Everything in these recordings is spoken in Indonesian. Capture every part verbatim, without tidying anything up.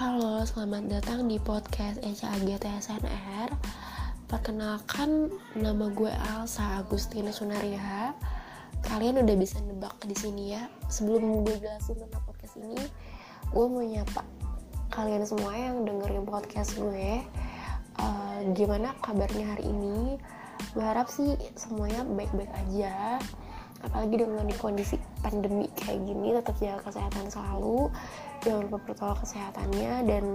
Halo, selamat datang di podcast Echa A G T S N R. Perkenalkan, nama gue Elsa Agustina Sunaria. Kalian udah bisa nebak di sini ya. Sebelum gue jelasin tentang podcast ini, gue mau nyapa kalian semua yang dengerin podcast gue. Uh, gimana kabarnya hari ini? Gue harap sih semuanya baik-baik aja. Apalagi dengan kondisi pandemi kayak gini, tetap jaga kesehatan selalu, jangan lupa protokol kesehatannya, dan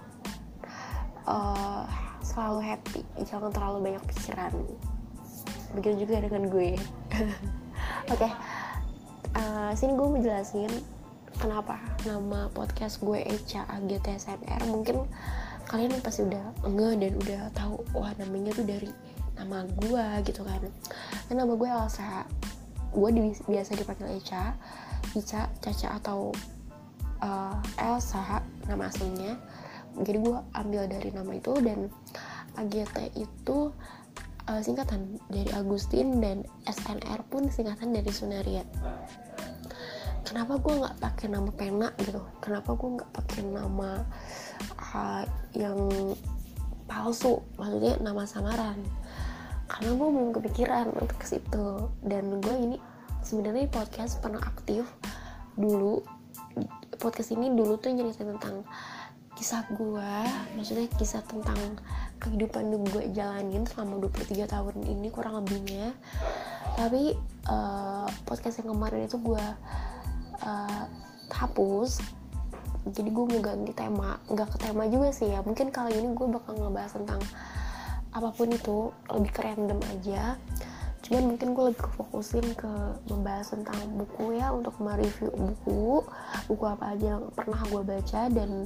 uh, selalu happy, jangan terlalu banyak pikiran. Begitu juga dengan gue. Oke, okay. uh, sini gue mau jelasin kenapa nama podcast gue Echa A G T S N R. Mungkin kalian pasti udah enggak dan udah tahu, wah namanya tuh dari nama gue gitu kan. Dan nama gue Elsa. Gue di, biasa dipanggil Echa, Ica, Caca atau uh, Elsa nama aslinya. Jadi gue ambil dari nama itu, dan A G T itu uh, singkatan dari Agustin, dan S N R pun singkatan dari Sunaria. Kenapa gue nggak pakai nama pena gitu? Kenapa gue nggak pakai nama uh, yang palsu? Maksudnya nama samaran? Karena gue belum kepikiran untuk ke situ. Dan gue ini sebenarnya podcast pernah aktif dulu. Podcast ini dulu tuh nyeritain tentang kisah gue, maksudnya kisah tentang kehidupan gue jalanin selama dua puluh tiga tahun ini kurang lebihnya. Tapi uh, podcast yang kemarin itu gue uh, hapus. Jadi gue mau ganti tema, nggak ke tema juga sih ya. Mungkin kali ini gue bakal ngebahas tentang apapun itu, lebih ke random aja. Cuman mungkin gue lebih fokusin ke membahas tentang buku ya, untuk mereview buku buku apa aja yang pernah gue baca. Dan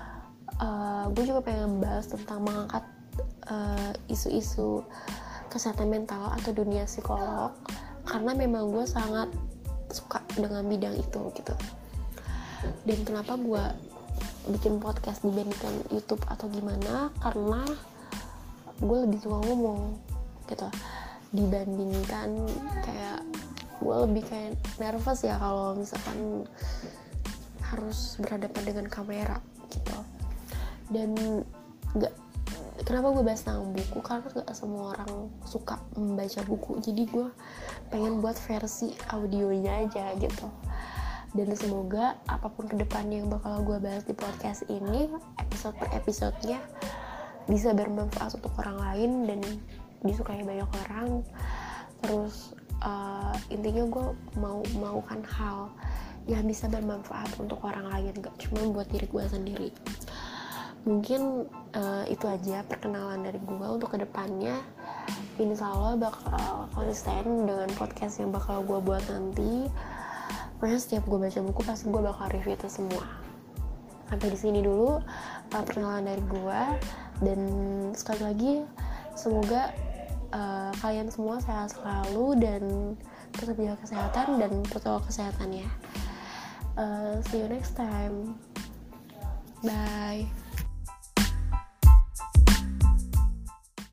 uh, gue juga pengen membahas tentang mengangkat uh, isu-isu kesehatan mental atau dunia psikolog, karena memang gue sangat suka dengan bidang itu gitu. Dan kenapa gue bikin podcast dibandingkan YouTube atau gimana, karena gue lebih suka ngomong gitu dibandingkan kayak gue lebih kayak nervous ya kalau misalkan harus berhadapan dengan kamera gitu. Dan nggak, kenapa gue bahas tentang buku, karena nggak semua orang suka membaca buku, jadi gue pengen buat versi audionya aja gitu. Dan semoga apapun kedepannya yang bakal gue bahas di podcast ini, episode per episodenya bisa bermanfaat untuk orang lain dan disukai banyak orang. Terus uh, intinya gue mau melakukan hal yang bisa bermanfaat untuk orang lain, gak cuma buat diri gue sendiri. Mungkin uh, itu aja perkenalan dari gue. Untuk kedepannya insya Allah bakal konsisten dengan podcast yang bakal gue buat nanti. Pokoknya setiap gue baca buku pasti gue bakal review itu semua. Sampai di sini dulu uh, perkenalan dari gue. Dan sekali lagi semoga uh, kalian semua sehat selalu dan tetap jaga kesehatan dan protokol kesehatan ya. Uh, see you next time. Bye.